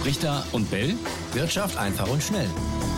Richter und Bell. Wirtschaft einfach und schnell.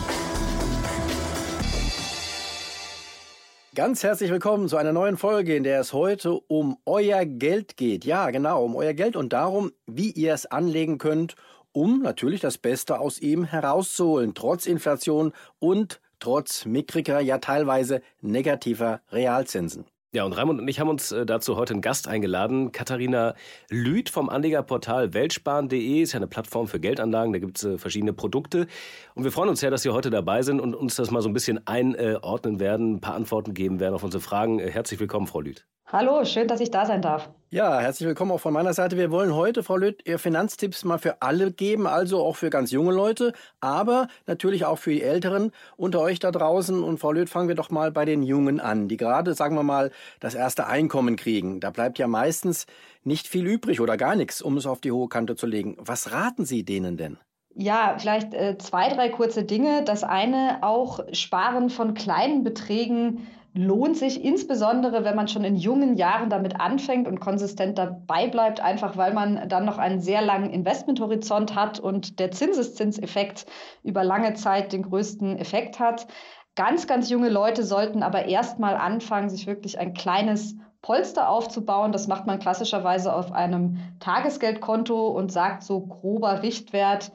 Ganz herzlich willkommen zu einer neuen Folge, in der es heute um euer Geld geht. Ja, genau, um euer Geld und darum, wie ihr es anlegen könnt, um natürlich das Beste aus ihm herauszuholen, trotz Inflation und trotz mickriger, ja teilweise negativer Realzinsen. Ja, und Raimund und ich haben uns dazu heute einen Gast eingeladen. Katharina Lüth vom Anlegerportal Weltsparen.de ist ja eine Plattform für Geldanlagen. Da gibt es verschiedene Produkte. Und wir freuen uns sehr, dass Sie heute dabei sind und uns das mal so ein bisschen einordnen werden, ein paar Antworten geben werden auf unsere Fragen. Herzlich willkommen, Frau Lüth. Hallo, schön, dass ich da sein darf. Ja, herzlich willkommen auch von meiner Seite. Wir wollen heute, Frau Lüth, Ihr Finanztipps mal für alle geben, also auch für ganz junge Leute, aber natürlich auch für die Älteren unter euch da draußen. Und Frau Lüth, fangen wir doch mal bei den Jungen an, die gerade, sagen wir mal, das erste Einkommen kriegen. Da bleibt ja meistens nicht viel übrig oder gar nichts, um es auf die hohe Kante zu legen. Was raten Sie denen denn? Ja, vielleicht 2, 3 kurze Dinge. Das eine, auch Sparen von kleinen Beträgen lohnt sich, insbesondere wenn man schon in jungen Jahren damit anfängt und konsistent dabei bleibt, einfach weil man dann noch einen sehr langen Investmenthorizont hat und der Zinseszinseffekt über lange Zeit den größten Effekt hat. Ganz, ganz junge Leute sollten aber erstmal anfangen, sich wirklich ein kleines Polster aufzubauen. Das macht man klassischerweise auf einem Tagesgeldkonto und sagt so grober Richtwert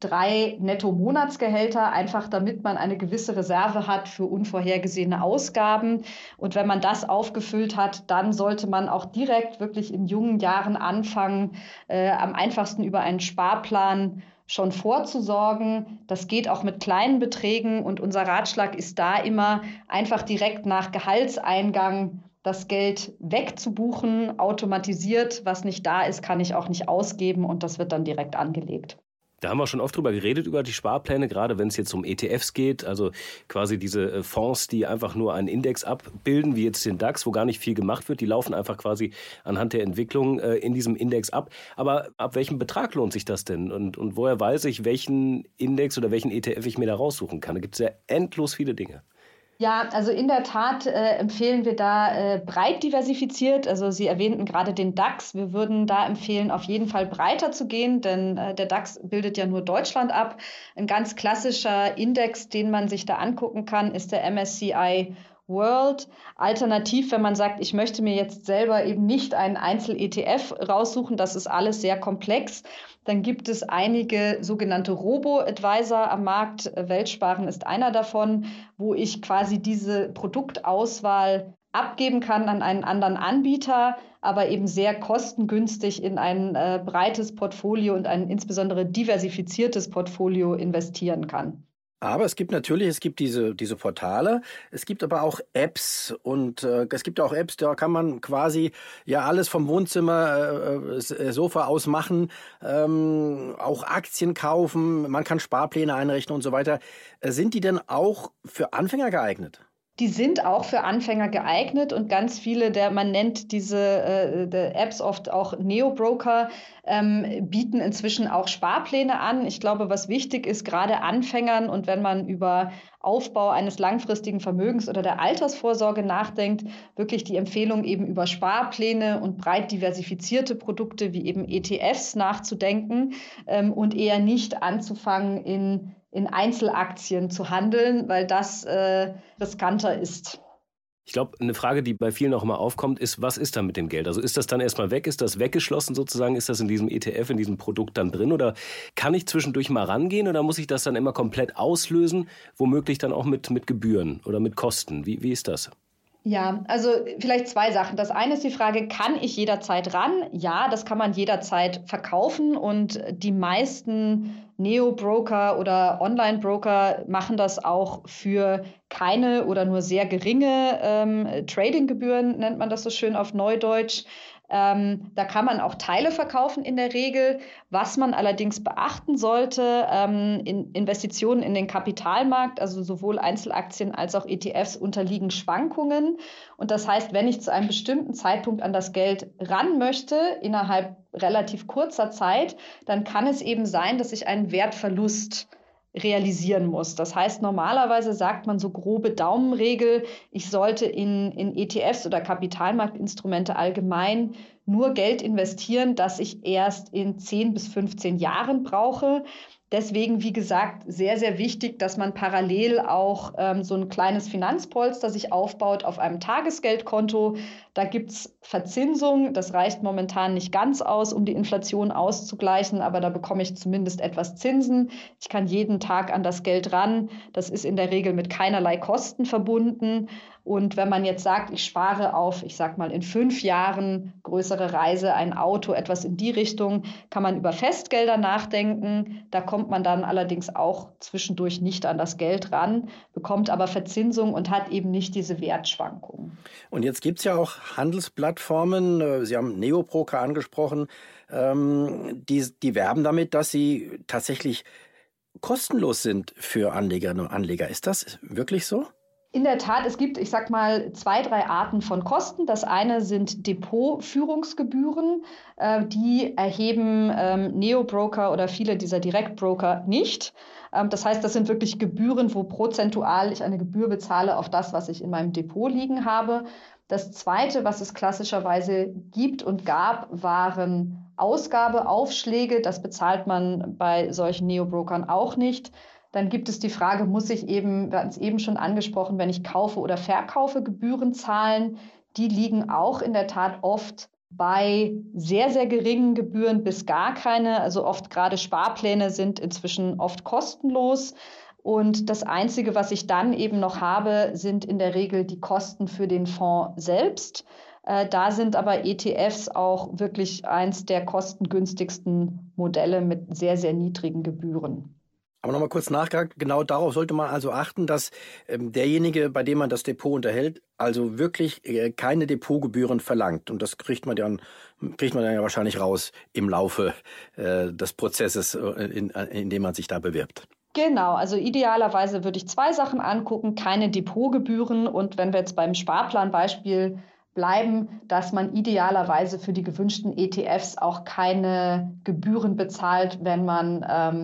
3 Netto-Monatsgehälter, einfach damit man eine gewisse Reserve hat für unvorhergesehene Ausgaben. Und wenn man das aufgefüllt hat, dann sollte man auch direkt wirklich in jungen Jahren anfangen, am einfachsten über einen Sparplan schon vorzusorgen. Das geht auch mit kleinen Beträgen und unser Ratschlag ist da immer, einfach direkt nach Gehaltseingang das Geld wegzubuchen, automatisiert. Was nicht da ist, kann ich auch nicht ausgeben und das wird dann direkt angelegt. Da haben wir schon oft drüber geredet, über die Sparpläne, gerade wenn es jetzt um ETFs geht, also quasi diese Fonds, die einfach nur einen Index abbilden, wie jetzt den DAX, wo gar nicht viel gemacht wird. Die laufen einfach quasi anhand der Entwicklung in diesem Index ab. Aber ab welchem Betrag lohnt sich das denn? Und woher weiß ich, welchen Index oder welchen ETF ich mir da raussuchen kann? Da gibt es ja endlos viele Dinge. Ja, also in der Tat empfehlen wir da breit diversifiziert. Also Sie erwähnten gerade den DAX. Wir würden da empfehlen, auf jeden Fall breiter zu gehen, denn der DAX bildet ja nur Deutschland ab. Ein ganz klassischer Index, den man sich da angucken kann, ist der MSCI World. Alternativ, wenn man sagt, ich möchte mir jetzt selber eben nicht einen Einzel-ETF raussuchen, das ist alles sehr komplex, dann gibt es einige sogenannte Robo-Advisor am Markt. Weltsparen ist einer davon, wo ich quasi diese Produktauswahl abgeben kann an einen anderen Anbieter, aber eben sehr kostengünstig in ein breites Portfolio und ein insbesondere diversifiziertes Portfolio investieren kann. Aber es gibt diese Portale, es gibt aber auch Apps und es gibt auch Apps, da kann man quasi ja alles vom Wohnzimmer, Sofa aus machen, auch Aktien kaufen, man kann Sparpläne einrichten und so weiter. Sind die denn auch für Anfänger geeignet? Die sind auch für Anfänger geeignet und ganz viele man nennt diese Apps oft auch Neo-Broker, bieten inzwischen auch Sparpläne an. Ich glaube, was wichtig ist, gerade Anfängern und wenn man über Aufbau eines langfristigen Vermögens oder der Altersvorsorge nachdenkt, wirklich die Empfehlung eben über Sparpläne und breit diversifizierte Produkte wie eben ETFs nachzudenken und eher nicht anzufangen, in Einzelaktien zu handeln, weil das riskanter ist. Ich glaube, eine Frage, die bei vielen auch immer aufkommt, ist, was ist da mit dem Geld? Also ist das dann erstmal weg? Ist das weggeschlossen sozusagen? Ist das in diesem ETF, in diesem Produkt dann drin? Oder kann ich zwischendurch mal rangehen oder muss ich das dann immer komplett auslösen? Womöglich dann auch mit Gebühren oder mit Kosten? Wie ist das? Ja, also vielleicht 2 Sachen. Das eine ist die Frage, kann ich jederzeit ran? Ja, das kann man jederzeit verkaufen und die meisten Neo-Broker oder Online-Broker machen das auch für keine oder nur sehr geringe Trading-Gebühren, nennt man das so schön auf Neudeutsch. Da kann man auch Teile verkaufen in der Regel. Was man allerdings beachten sollte, Investitionen in den Kapitalmarkt, also sowohl Einzelaktien als auch ETFs unterliegen Schwankungen. Und das heißt, wenn ich zu einem bestimmten Zeitpunkt an das Geld ran möchte, innerhalb relativ kurzer Zeit, dann kann es eben sein, dass ich einen Wertverlust realisieren muss. Das heißt, normalerweise sagt man so grobe Daumenregel, ich sollte in ETFs oder Kapitalmarktinstrumente allgemein nur Geld investieren, das ich erst in 10 bis 15 Jahren brauche. Deswegen, wie gesagt, sehr, sehr wichtig, dass man parallel auch so ein kleines Finanzpolster sich aufbaut auf einem Tagesgeldkonto. Da gibt es Verzinsung. Das reicht momentan nicht ganz aus, um die Inflation auszugleichen, aber da bekomme ich zumindest etwas Zinsen. Ich kann jeden Tag an das Geld ran. Das ist in der Regel mit keinerlei Kosten verbunden. Und wenn man jetzt sagt, ich spare auf, ich sag mal, in 5 Jahren größere Reise, ein Auto, etwas in die Richtung, kann man über Festgelder nachdenken. Da kommt man dann allerdings auch zwischendurch nicht an das Geld ran, bekommt aber Verzinsung und hat eben nicht diese Wertschwankungen. Und jetzt gibt es ja auch Handelsplattformen, Sie haben Neobroker angesprochen, die werben damit, dass sie tatsächlich kostenlos sind für Anlegerinnen und Anleger. Ist das wirklich so? In der Tat, es gibt, ich sag mal, 2, 3 Arten von Kosten. Das eine sind Depotführungsgebühren. Die erheben Neobroker oder viele dieser Direktbroker nicht. Das heißt, das sind wirklich Gebühren, wo prozentual ich eine Gebühr bezahle auf das, was ich in meinem Depot liegen habe. Das Zweite, was es klassischerweise gibt und gab, waren Ausgabeaufschläge. Das bezahlt man bei solchen Neobrokern auch nicht. Dann gibt es die Frage, muss ich eben, wir hatten es eben schon angesprochen, wenn ich kaufe oder verkaufe, Gebühren zahlen? Die liegen auch in der Tat oft bei sehr, sehr geringen Gebühren bis gar keine. Also oft gerade Sparpläne sind inzwischen oft kostenlos. Und das Einzige, was ich dann eben noch habe, sind in der Regel die Kosten für den Fonds selbst. Da sind aber ETFs auch wirklich eins der kostengünstigsten Modelle mit sehr, sehr niedrigen Gebühren. Aber nochmal kurz nachgehakt, genau darauf sollte man also achten, dass derjenige, bei dem man das Depot unterhält, also wirklich keine Depotgebühren verlangt. Und das kriegt man dann ja wahrscheinlich raus im Laufe des Prozesses, in dem man sich da bewirbt. Genau, also idealerweise würde ich 2 Sachen angucken, keine Depotgebühren und wenn wir jetzt beim Sparplanbeispiel bleiben, dass man idealerweise für die gewünschten ETFs auch keine Gebühren bezahlt, wenn man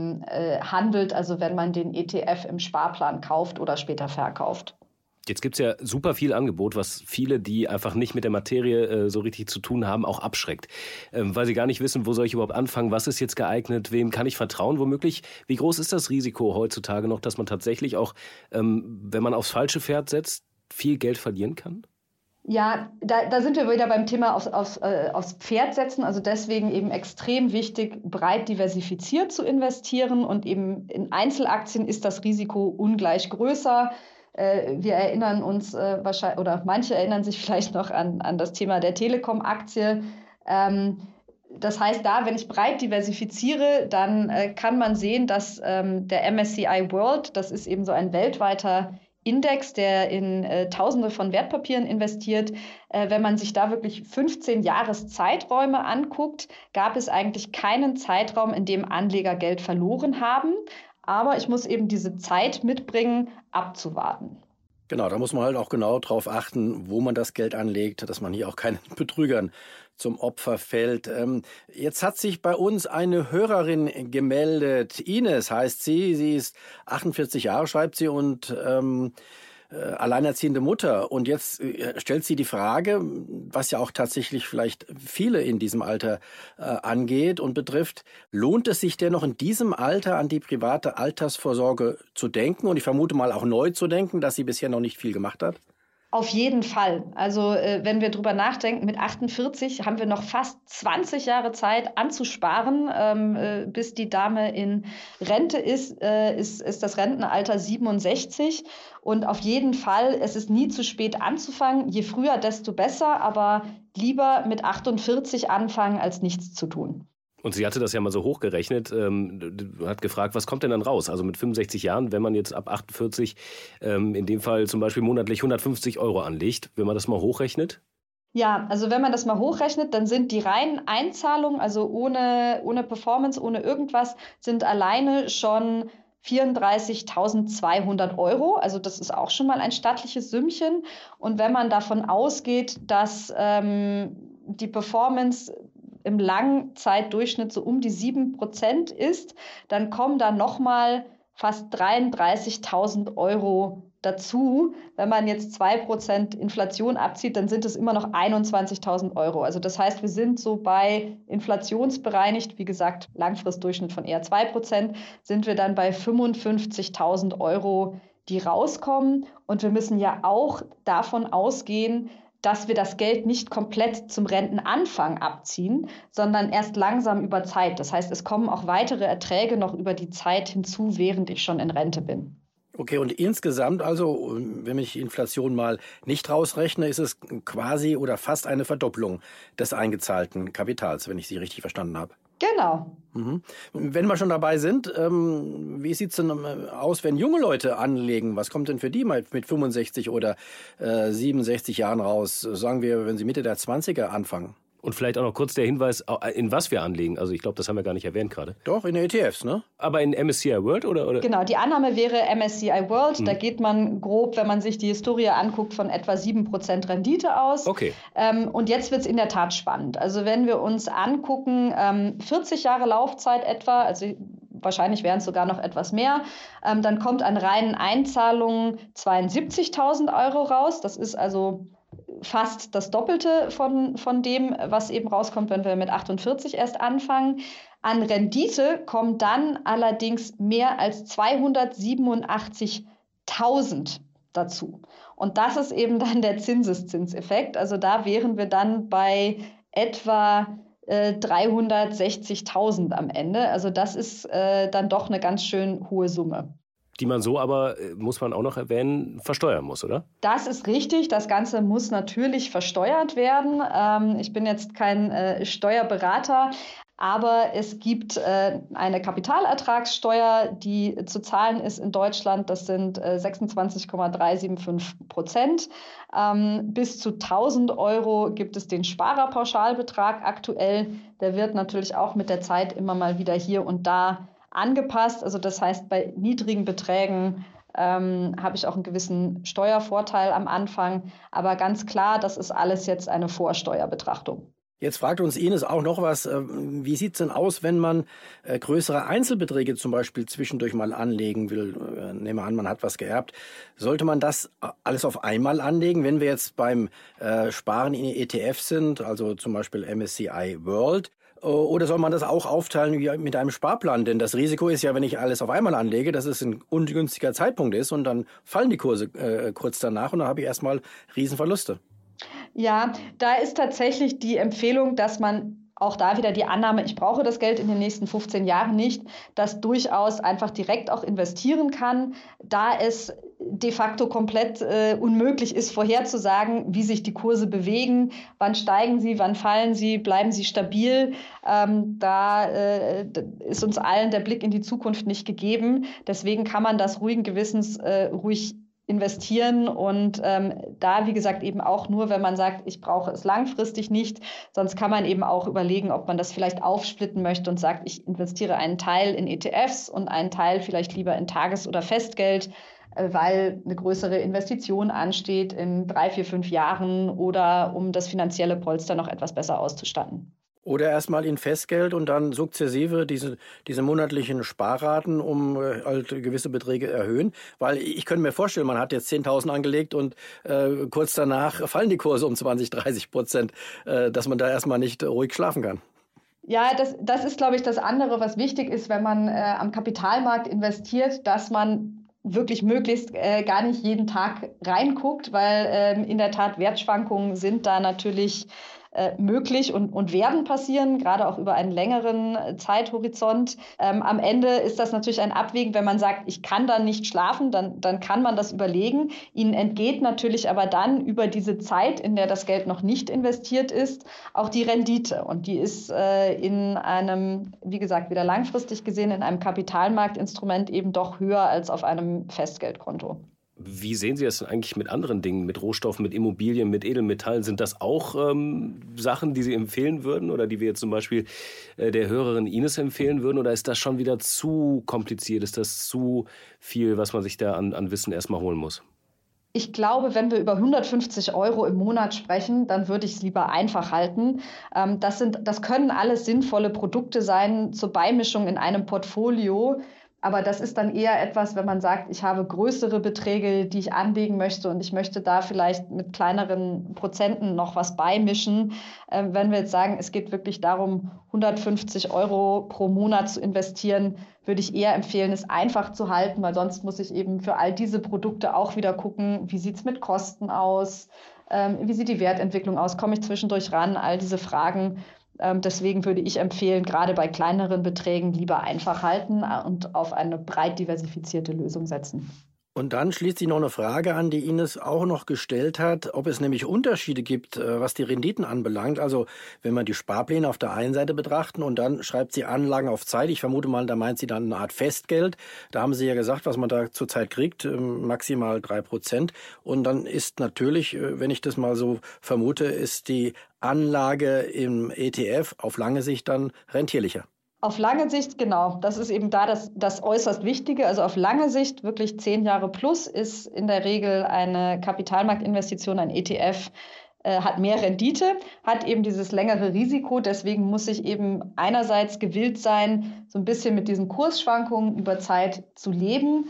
handelt, also wenn man den ETF im Sparplan kauft oder später verkauft. Jetzt gibt es ja super viel Angebot, was viele, die einfach nicht mit der Materie so richtig zu tun haben, auch abschreckt. Weil sie gar nicht wissen, wo soll ich überhaupt anfangen, was ist jetzt geeignet, wem kann ich vertrauen womöglich. Wie groß ist das Risiko heutzutage noch, dass man tatsächlich auch, wenn man aufs falsche Pferd setzt, viel Geld verlieren kann? Ja, da sind wir wieder beim Thema aufs Pferd setzen. Also deswegen eben extrem wichtig, breit diversifiziert zu investieren. Und eben in Einzelaktien ist das Risiko ungleich größer. Wir erinnern uns wahrscheinlich, oder manche erinnern sich vielleicht noch an das Thema der Telekom-Aktie. Das heißt, wenn ich breit diversifiziere, dann kann man sehen, dass der MSCI World, das ist eben so ein weltweiter Index, der in Tausende von Wertpapieren investiert. Wenn man sich da wirklich 15 Jahreszeiträume anguckt, gab es eigentlich keinen Zeitraum, in dem Anleger Geld verloren haben. Aber ich muss eben diese Zeit mitbringen, abzuwarten. Genau, da muss man halt auch genau drauf achten, wo man das Geld anlegt, dass man hier auch keinen Betrügern zum Opfer fällt. Jetzt hat sich bei uns eine Hörerin gemeldet. Ines heißt sie. Sie ist 48 Jahre, schreibt sie, und alleinerziehende Mutter. Und jetzt stellt sie die Frage, was ja auch tatsächlich vielleicht viele in diesem Alter angeht und betrifft, lohnt es sich denn noch in diesem Alter an die private Altersvorsorge zu denken und ich vermute mal auch neu zu denken, dass sie bisher noch nicht viel gemacht hat? Auf jeden Fall. Also wenn wir drüber nachdenken, mit 48 haben wir noch fast 20 Jahre Zeit anzusparen. Bis die Dame in Rente ist das Rentenalter 67. Und auf jeden Fall, es ist nie zu spät anzufangen. Je früher, desto besser. Aber lieber mit 48 anfangen, als nichts zu tun. Und sie hatte das ja mal so hochgerechnet, hat gefragt, was kommt denn dann raus? Also mit 65 Jahren, wenn man jetzt ab 48 in dem Fall zum Beispiel monatlich 150 € anlegt, wenn man das mal hochrechnet? Ja, also wenn man das mal hochrechnet, dann sind die reinen Einzahlungen, also ohne Performance, ohne irgendwas, sind alleine schon 34.200 €. Also das ist auch schon mal ein stattliches Sümmchen. Und wenn man davon ausgeht, dass die Performance im Langzeitdurchschnitt so um die 7% ist, dann kommen da nochmal fast 33.000 Euro dazu. Wenn man jetzt 2% Inflation abzieht, dann sind es immer noch 21.000 Euro. Also das heißt, wir sind so bei inflationsbereinigt, wie gesagt, Langfristdurchschnitt von eher 2%, sind wir dann bei 55.000 Euro, die rauskommen. Und wir müssen ja auch davon ausgehen, dass wir das Geld nicht komplett zum Rentenanfang abziehen, sondern erst langsam über Zeit. Das heißt, es kommen auch weitere Erträge noch über die Zeit hinzu, während ich schon in Rente bin. Okay, und insgesamt also, wenn ich Inflation mal nicht rausrechne, ist es quasi oder fast eine Verdopplung des eingezahlten Kapitals, wenn ich Sie richtig verstanden habe. Genau. Mhm. Wenn wir schon dabei sind, wie sieht es denn aus, wenn junge Leute anlegen? Was kommt denn für die mal mit 65 oder 67 Jahren raus? Sagen wir, wenn sie Mitte der 20er anfangen. Und vielleicht auch noch kurz der Hinweis, in was wir anlegen. Also ich glaube, das haben wir gar nicht erwähnt gerade. Doch, in ETFs, ne? Aber in MSCI World oder? Genau, die Annahme wäre MSCI World. Da geht man grob, wenn man sich die Historie anguckt, von etwa 7% Rendite aus. Okay. Und jetzt wird es in der Tat spannend. Also wenn wir uns angucken, 40 Jahre Laufzeit etwa, also wahrscheinlich wären es sogar noch etwas mehr, dann kommt an reinen Einzahlungen 72.000 Euro raus. Das ist also fast das Doppelte von dem, was eben rauskommt, wenn wir mit 48 erst anfangen. An Rendite kommen dann allerdings mehr als 287.000 dazu. Und das ist eben dann der Zinseszinseffekt. Also da wären wir dann bei etwa 360.000 am Ende. Also das ist dann doch eine ganz schön hohe Summe. Die man so aber, muss man auch noch erwähnen, versteuern muss, oder? Das ist richtig. Das Ganze muss natürlich versteuert werden. Ich bin jetzt kein Steuerberater, aber es gibt eine Kapitalertragssteuer, die zu zahlen ist in Deutschland. Das sind 26,375%. Bis zu 1.000 Euro gibt es den Sparerpauschalbetrag aktuell. Der wird natürlich auch mit der Zeit immer mal wieder hier und da angepasst. Also das heißt, bei niedrigen Beträgen habe ich auch einen gewissen Steuervorteil am Anfang. Aber ganz klar, das ist alles jetzt eine Vorsteuerbetrachtung. Jetzt fragt uns Ines auch noch was. Wie sieht es denn aus, wenn man größere Einzelbeträge zum Beispiel zwischendurch mal anlegen will? Nehmen wir an, man hat was geerbt. Sollte man das alles auf einmal anlegen, wenn wir jetzt beim Sparen in ETF sind, also zum Beispiel MSCI World? Oder soll man das auch aufteilen wie mit einem Sparplan? Denn das Risiko ist ja, wenn ich alles auf einmal anlege, dass es ein ungünstiger Zeitpunkt ist und dann fallen die Kurse kurz danach und dann habe ich erstmal Riesenverluste. Ja, da ist tatsächlich die Empfehlung, dass man auch da wieder die Annahme, ich brauche das Geld in den nächsten 15 Jahren nicht, das durchaus einfach direkt auch investieren kann, da es de facto komplett unmöglich ist, vorherzusagen, wie sich die Kurse bewegen, wann steigen sie, wann fallen sie, bleiben sie stabil. Da ist uns allen der Blick in die Zukunft nicht gegeben. Deswegen kann man das ruhigen Gewissens ruhig investieren und da, wie gesagt, eben auch nur, wenn man sagt, ich brauche es langfristig nicht. Sonst kann man eben auch überlegen, ob man das vielleicht aufsplitten möchte und sagt, ich investiere einen Teil in ETFs und einen Teil vielleicht lieber in Tages- oder Festgeld, weil eine größere Investition ansteht in 3, 4, 5 Jahren oder um das finanzielle Polster noch etwas besser auszustatten. Oder erstmal in Festgeld und dann sukzessive diese monatlichen Sparraten halt gewisse Beträge erhöhen. Weil ich könnte mir vorstellen, man hat jetzt 10.000 angelegt und kurz danach fallen die Kurse um 20-30%, dass man da erstmal nicht ruhig schlafen kann. Ja, das ist, glaube ich, das andere, was wichtig ist, wenn man am Kapitalmarkt investiert, dass man wirklich möglichst gar nicht jeden Tag reinguckt, weil in der Tat Wertschwankungen sind da natürlich möglich und werden passieren, gerade auch über einen längeren Zeithorizont. Am Ende ist das natürlich ein Abwägen, wenn man sagt, ich kann dann nicht schlafen, dann kann man das überlegen. Ihnen entgeht natürlich aber dann über diese Zeit, in der das Geld noch nicht investiert ist, auch die Rendite. Und die ist in einem, wie gesagt, wieder langfristig gesehen, in einem Kapitalmarktinstrument eben doch höher als auf einem Festgeldkonto. Wie sehen Sie das denn eigentlich mit anderen Dingen, mit Rohstoffen, mit Immobilien, mit Edelmetallen? Sind das auch Sachen, die Sie empfehlen würden oder die wir jetzt zum Beispiel der Hörerin Ines empfehlen würden? Oder ist das schon wieder zu kompliziert? Ist das zu viel, was man sich da an Wissen erstmal holen muss? Ich glaube, wenn wir über 150 Euro im Monat sprechen, dann würde ich es lieber einfach halten. Das können alles sinnvolle Produkte sein zur Beimischung in einem Portfolio. Aber das ist dann eher etwas, wenn man sagt, ich habe größere Beträge, die ich anlegen möchte und ich möchte da vielleicht mit kleineren Prozenten noch was beimischen. Wenn wir jetzt sagen, es geht wirklich darum, 150 € pro Monat zu investieren, würde ich eher empfehlen, es einfach zu halten, weil sonst muss ich eben für all diese Produkte auch wieder gucken, wie sieht es mit Kosten aus, wie sieht die Wertentwicklung aus, komme ich zwischendurch ran, all diese Fragen. Deswegen würde ich empfehlen, gerade bei kleineren Beträgen lieber einfach halten und auf eine breit diversifizierte Lösung setzen. Und dann schließt sich noch eine Frage an, die Ines auch noch gestellt hat, ob es nämlich Unterschiede gibt, was die Renditen anbelangt. Also wenn man die Sparpläne auf der einen Seite betrachten und dann schreibt sie Anlagen auf Zeit. Ich vermute mal, da meint sie dann eine Art Festgeld. Da haben Sie ja gesagt, was man da zurzeit kriegt, maximal 3%. Und dann ist natürlich, wenn ich das mal so vermute, ist die Anlage im ETF auf lange Sicht dann rentierlicher. Auf lange Sicht, genau, das ist eben da das äußerst Wichtige. Also auf lange Sicht, wirklich 10 Jahre plus, ist in der Regel eine Kapitalmarktinvestition, ein ETF, hat mehr Rendite, hat eben dieses längere Risiko. Deswegen muss ich eben einerseits gewillt sein, so ein bisschen mit diesen Kursschwankungen über Zeit zu leben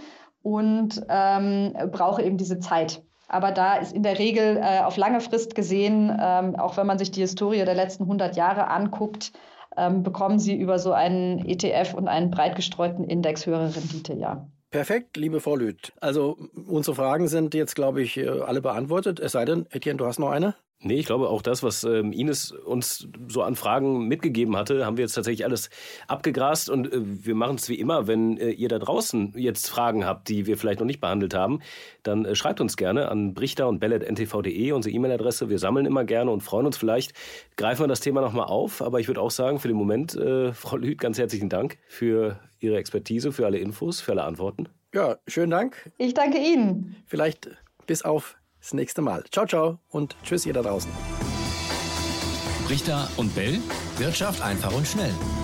und brauche eben diese Zeit. Aber da ist in der Regel auf lange Frist gesehen, auch wenn man sich die Historie der letzten 100 Jahre anguckt, bekommen Sie über so einen ETF und einen breit gestreuten Index höhere Rendite, ja. Perfekt, liebe Frau Lüth. Also unsere Fragen sind jetzt, glaube ich, alle beantwortet. Es sei denn, Etienne, du hast noch eine? Nee, ich glaube auch das, was Ines uns so an Fragen mitgegeben hatte, haben wir jetzt tatsächlich alles abgegrast. Und wir machen es wie immer, wenn ihr da draußen jetzt Fragen habt, die wir vielleicht noch nicht behandelt haben, dann schreibt uns gerne an brichter@ntv.de, unsere E-Mail-Adresse. Wir sammeln immer gerne und freuen uns. Vielleicht greifen wir das Thema nochmal auf. Aber ich würde auch sagen, für den Moment, Frau Lüth, ganz herzlichen Dank für Ihre Expertise, für alle Infos, für alle Antworten. Ja, schönen Dank. Ich danke Ihnen. Vielleicht bis auf das nächste Mal. Ciao, ciao und tschüss ihr da draußen. Brichter und Bell. Wirtschaft einfach und schnell.